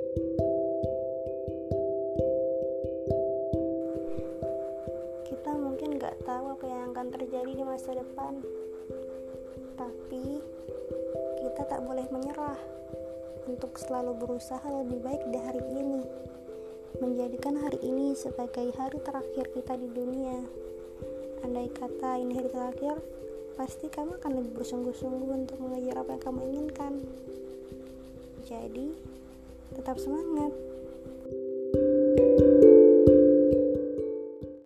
Kita mungkin gak tahu apa yang akan terjadi di masa depan, tapi kita tak boleh menyerah untuk selalu berusaha lebih baik dari hari ini, menjadikan hari ini sebagai hari terakhir kita di dunia. Andai kata ini hari terakhir, pasti kamu akan lebih bersungguh-sungguh untuk mengejar apa yang kamu inginkan. Jadi, tetap semangat.